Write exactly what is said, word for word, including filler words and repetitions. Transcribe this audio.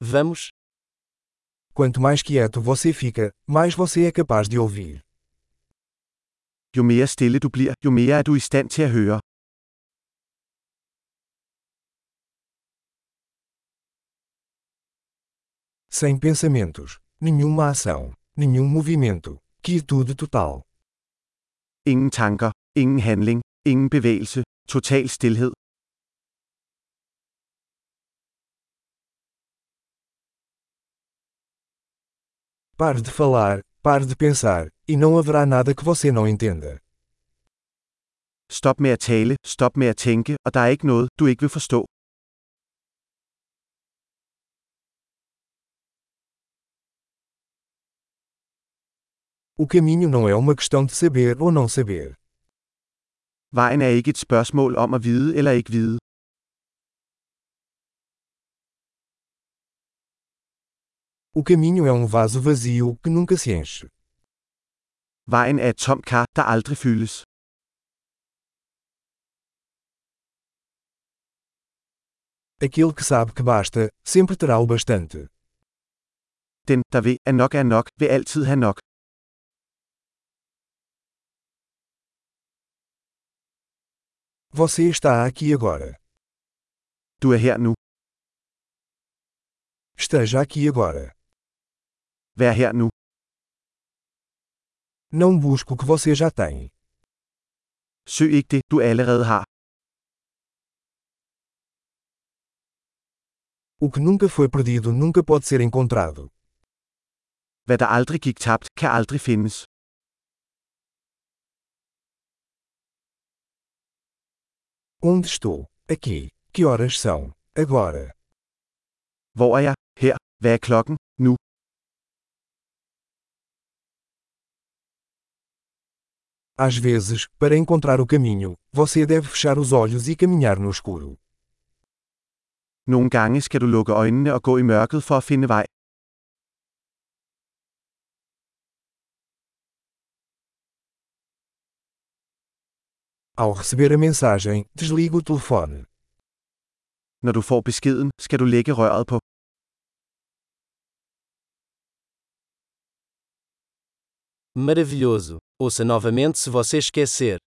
Vamos. Quanto mais quieto você fica, mais você é capaz de ouvir. Jo mere stille du bliver, jo mere er du i stand til at høre. Sem pensamentos, nenhuma ação, nenhum movimento, quietude total. Ingen tanker, ingen handling, ingen bevægelse, total stilhed. Pare de falar, pare de pensar, e não haverá nada que você não entenda. Stop med at tale, stop med at tænke, og der er ikke noget, du ikke vil forstå. O caminho não é uma questão de saber ou não saber. Vejen er ikke et spørgsmål om at vide eller ikke vide. O caminho é um vaso vazio que nunca se enche. Vejen er et tomt kar, der aldrig fyldes. Aquele que sabe que basta, sempre terá o bastante. Den, der ved, at nok er nok, vil altid have nok. Você está aqui agora. Du er her nu. Esteja aqui agora. Vær her nu. Não busque o que você já tem. Søg ikke det, du allerede har. O que nunca foi perdido nunca pode ser encontrado. Hvad der aldrig gik tabt, kan aldrig findes. Onde estou? Aqui. Que horas são? Agora. Hvor er jeg? Her. Hvad er klokken? Nu. Às vezes, para encontrar o caminho, você deve fechar os olhos e caminhar no escuro. Nogle gange skal du lukke øjnene og gå i mørket for at finde vej. Ao receber a mensagem, desligue o telefone. Når du får beskeden, skal du lægge røret på. Maravilhoso! Ouça novamente se você esquecer.